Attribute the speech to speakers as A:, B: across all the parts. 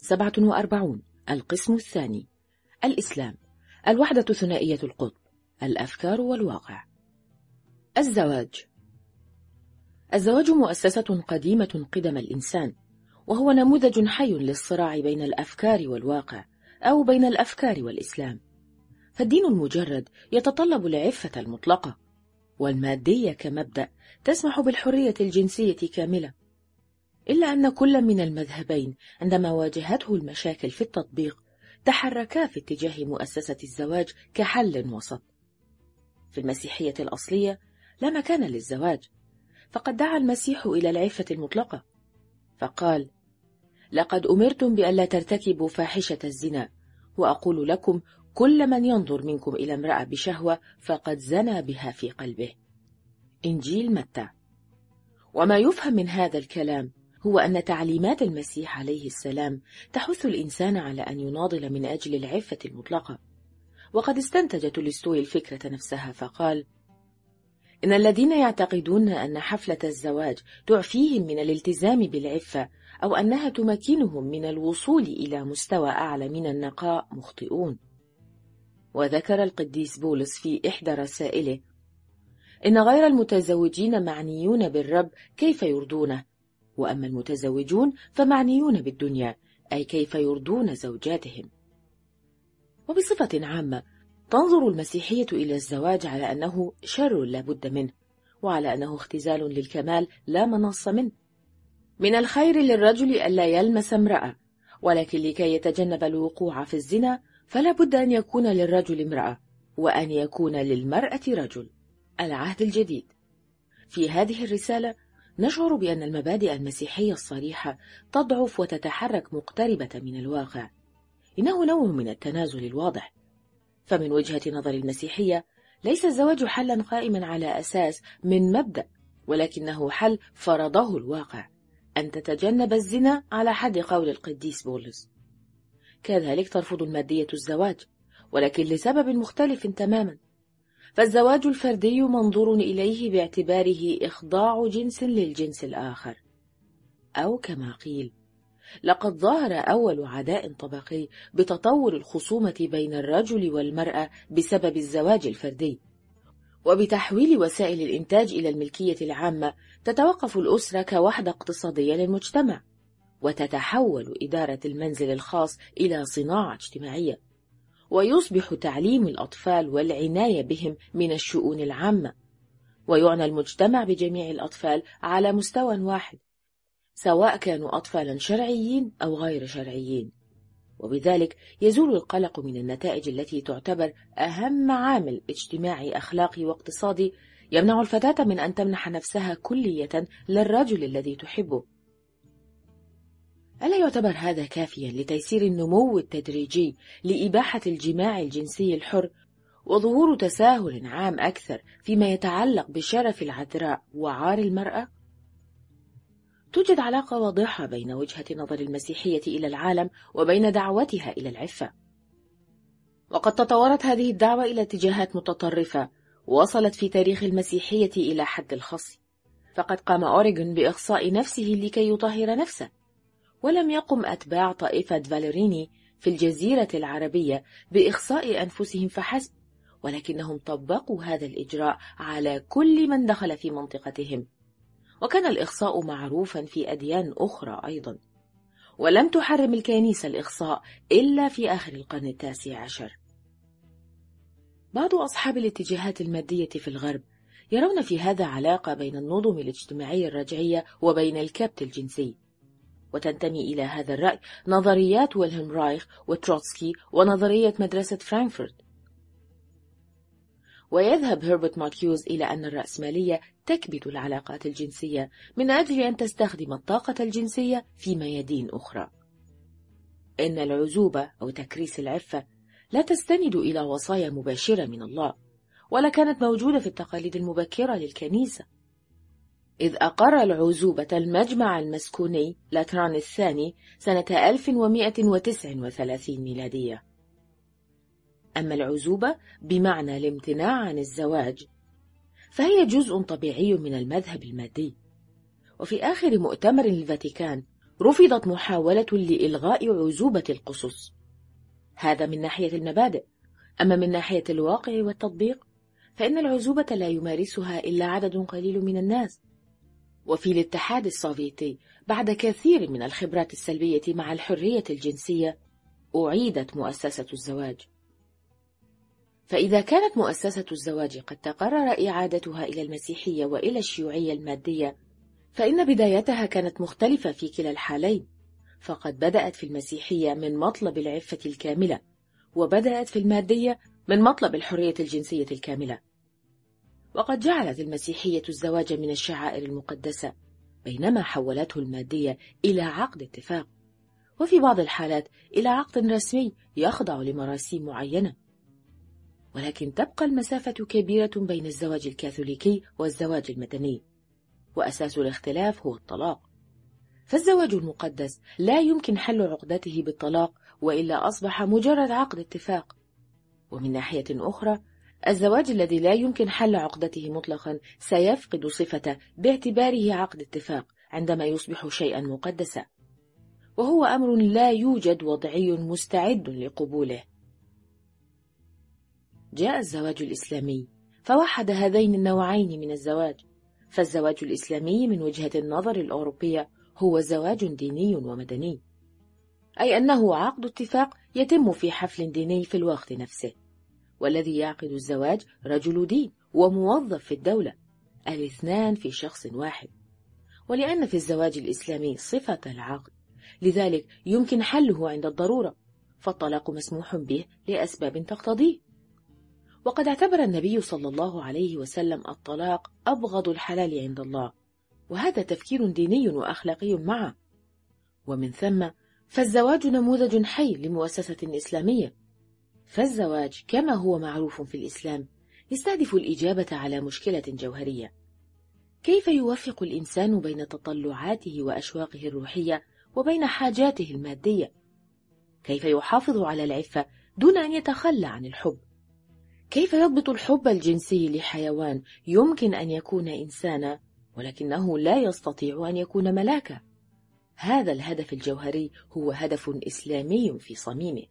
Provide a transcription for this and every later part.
A: 47. القسم الثاني. الإسلام. الوحدة ثنائية القطب. الأفكار والواقع. الزواج. الزواج مؤسسة قديمة قدم الإنسان، وهو نموذج حي للصراع بين الأفكار والواقع، أو بين الأفكار والإسلام. فالدين المجرد يتطلب العفة المطلقة، والمادية كمبدأ تسمح بالحرية الجنسية كاملة، إلا أن كل من المذهبين عندما واجهته المشاكل في التطبيق تحركا في اتجاه مؤسسة الزواج كحل وسط. في المسيحية الأصلية لا مكان للزواج، فقد دعا المسيح إلى العفة المطلقة، فقال: لقد أمرتم بألا ترتكبوا فاحشة الزنا، وأقول لكم كل من ينظر منكم إلى امرأة بشهوة فقد زنى بها في قلبه. إنجيل متى. وما يفهم من هذا الكلام هو أن تعليمات المسيح عليه السلام تحث الإنسان على أن يناضل من أجل العفة المطلقة. وقد استنتج تولستوي الفكرة نفسها فقال: إن الذين يعتقدون أن حفلة الزواج تعفيهم من الالتزام بالعفة، أو أنها تمكنهم من الوصول إلى مستوى أعلى من النقاء، مخطئون. وذكر القديس بولس في إحدى رسائله: إن غير المتزوجين معنيون بالرب كيف يرضونه، وأما المتزوجون فمعنيون بالدنيا، أي كيف يرضون زوجاتهم. وبصفة عامة تنظر المسيحية إلى الزواج على أنه شر لا بد منه، وعلى أنه اختزال للكمال لا مناص منه. من الخير للرجل ألا يلمس امرأة، ولكن لكي يتجنب الوقوع في الزنا فلا بد أن يكون للرجل امرأة، وأن يكون للمرأة رجل. العهد الجديد. في هذه الرسالة نشعر بأن المبادئ المسيحية الصريحة تضعف وتتحرك مقتربة من الواقع. إنه نوع من التنازل الواضح. فمن وجهة نظر المسيحية ليس الزواج حلا قائما على أساس من مبدأ، ولكنه حل فرضه الواقع، أن تتجنب الزنا على حد قول القديس بولس. كذلك ترفض المادية الزواج، ولكن لسبب مختلف تماما. فالزواج الفردي منظور إليه باعتباره إخضاع جنس للجنس الآخر، أو كما قيل: لقد ظهر أول عداء طبقي بتطور الخصومة بين الرجل والمرأة بسبب الزواج الفردي. وبتحويل وسائل الإنتاج إلى الملكية العامة تتوقف الأسرة كوحدة اقتصادية للمجتمع، وتتحول إدارة المنزل الخاص إلى صناعة اجتماعية، ويصبح تعليم الأطفال والعناية بهم من الشؤون العامة، ويعنى المجتمع بجميع الأطفال على مستوى واحد، سواء كانوا أطفالا شرعيين أو غير شرعيين. وبذلك يزول القلق من النتائج التي تعتبر أهم عامل اجتماعي أخلاقي واقتصادي يمنع الفتاة من أن تمنح نفسها كلية للرجل الذي تحبه. ألا يعتبر هذا كافيا لتيسير النمو التدريجي لإباحة الجماع الجنسي الحر، وظهور تساهل عام أكثر فيما يتعلق بشرف العذراء وعار المرأة؟ توجد علاقة واضحة بين وجهة نظر المسيحية إلى العالم وبين دعوتها إلى العفة. وقد تطورت هذه الدعوة إلى اتجاهات متطرفة، ووصلت في تاريخ المسيحية إلى حد الخصي. فقد قام أوريغون بإخصاء نفسه لكي يطهر نفسه، ولم يقم أتباع طائفة فاليريني في الجزيرة العربية بإخصاء أنفسهم فحسب، ولكنهم طبقوا هذا الإجراء على كل من دخل في منطقتهم. وكان الإخصاء معروفا في أديان أخرى أيضا، ولم تحرم الكنيسة الإخصاء إلا في آخر القرن 19. بعض أصحاب الاتجاهات المادية في الغرب يرون في هذا علاقة بين النظم الاجتماعية الرجعية وبين الكبت الجنسي، وتنتمي إلى هذا الرأي نظريات ويلهلم رايخ وتروتسكي ونظرية مدرسة فرانكفورت. ويذهب هربرت ماركيوز إلى أن الرأسمالية تكبت العلاقات الجنسية من أجل أن تستخدم الطاقة الجنسية في ميادين أخرى. إن العزوبة أو تكريس العفة لا تستند إلى وصايا مباشرة من الله، ولا كانت موجودة في التقاليد المبكرة للكنيسة، إذ أقر العزوبة المجمع المسكوني لاتران الثاني سنة 1139 ميلادية. أما العزوبة بمعنى الامتناع عن الزواج فهي جزء طبيعي من المذهب المادي. وفي آخر مؤتمر للفاتيكان رفضت محاولة لإلغاء عزوبة القصص. هذا من ناحية المبادئ. أما من ناحية الواقع والتطبيق فإن العزوبة لا يمارسها إلا عدد قليل من الناس. وفي الاتحاد السوفيتي بعد كثير من الخبرات السلبية مع الحرية الجنسية أعيدت مؤسسة الزواج. فإذا كانت مؤسسة الزواج قد تقرر إعادتها إلى المسيحية وإلى الشيوعية المادية، فإن بدايتها كانت مختلفة في كلا الحالين، فقد بدأت في المسيحية من مطلب العفة الكاملة، وبدأت في المادية من مطلب الحرية الجنسية الكاملة. وقد جعلت المسيحية الزواج من الشعائر المقدسة، بينما حولته المادية إلى عقد اتفاق، وفي بعض الحالات إلى عقد رسمي يخضع لمراسيم معينة. ولكن تبقى المسافة كبيرة بين الزواج الكاثوليكي والزواج المدني، وأساس الاختلاف هو الطلاق. فالزواج المقدس لا يمكن حل عقدته بالطلاق، وإلا أصبح مجرد عقد اتفاق. ومن ناحية أخرى الزواج الذي لا يمكن حل عقدته مطلقا سيفقد صفته باعتباره عقد اتفاق عندما يصبح شيئا مقدسا، وهو أمر لا يوجد وضعي مستعد لقبوله. جاء الزواج الإسلامي فوحد هذين النوعين من الزواج. فالزواج الإسلامي من وجهة النظر الأوروبية هو زواج ديني ومدني، أي أنه عقد اتفاق يتم في حفل ديني في الوقت نفسه، والذي يعقد الزواج رجل دين وموظف في الدولة، الاثنان في شخص واحد. ولأن في الزواج الإسلامي صفة العقد، لذلك يمكن حله عند الضرورة، فالطلاق مسموح به لأسباب تقتضيه. وقد اعتبر النبي صلى الله عليه وسلم الطلاق أبغض الحلال عند الله، وهذا تفكير ديني وأخلاقي معه. ومن ثم فالزواج نموذج حي لمؤسسة إسلامية. فالزواج كما هو معروف في الإسلام يستهدف الإجابة على مشكلة جوهرية: كيف يوفق الإنسان بين تطلعاته وأشواقه الروحية وبين حاجاته المادية؟ كيف يحافظ على العفة دون أن يتخلى عن الحب؟ كيف يضبط الحب الجنسي لحيوان يمكن أن يكون إنسانا ولكنه لا يستطيع أن يكون ملاكا؟ هذا الهدف الجوهري هو هدف إسلامي في صميمه.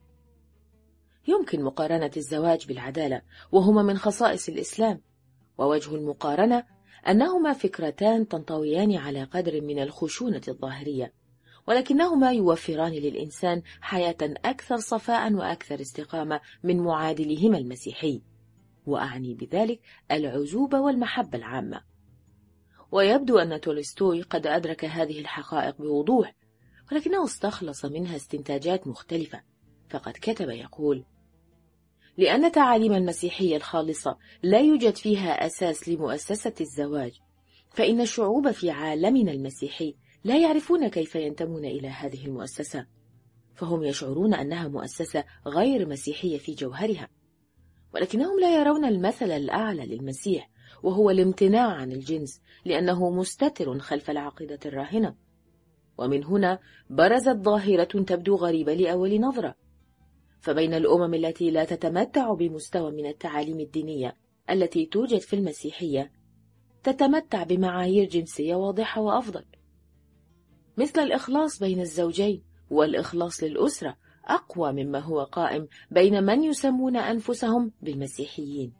A: يمكن مقارنة الزواج بالعدالة، وهما من خصائص الإسلام، ووجه المقارنة أنهما فكرتان تنطويان على قدر من الخشونة الظاهرية، ولكنهما يوفران للإنسان حياة أكثر صفاء وأكثر استقامة من معادلهما المسيحي، وأعني بذلك العزوبة والمحبة العامة. ويبدو أن تولستوي قد أدرك هذه الحقائق بوضوح، ولكنه استخلص منها استنتاجات مختلفة، فقد كتب يقول: لأن تعاليم المسيحية الخالصة لا يوجد فيها أساس لمؤسسة الزواج، فإن الشعوب في عالمنا المسيحي لا يعرفون كيف ينتمون إلى هذه المؤسسة، فهم يشعرون أنها مؤسسة غير مسيحية في جوهرها، ولكنهم لا يرون المثل الأعلى للمسيح، وهو الامتناع عن الجنس، لأنه مستتر خلف العقيدة الراهنة. ومن هنا برزت ظاهرة تبدو غريبة لأول نظرة، فبين الأمم التي لا تتمتع بمستوى من التعاليم الدينية التي توجد في المسيحية تتمتع بمعايير جنسية واضحة وأفضل، مثل الإخلاص بين الزوجين والإخلاص للأسرة، أقوى مما هو قائم بين من يسمون أنفسهم بالمسيحيين.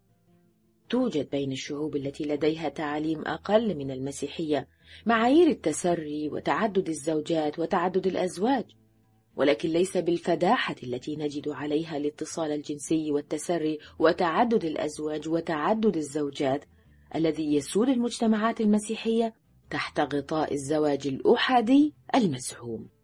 A: توجد بين الشعوب التي لديها تعاليم أقل من المسيحية معايير التسري وتعدد الزوجات وتعدد الأزواج، ولكن ليس بالفداحة التي نجد عليها الاتصال الجنسي والتسري وتعدد الأزواج وتعدد الزوجات الذي يسود المجتمعات المسيحية تحت غطاء الزواج الأحادي المزعوم.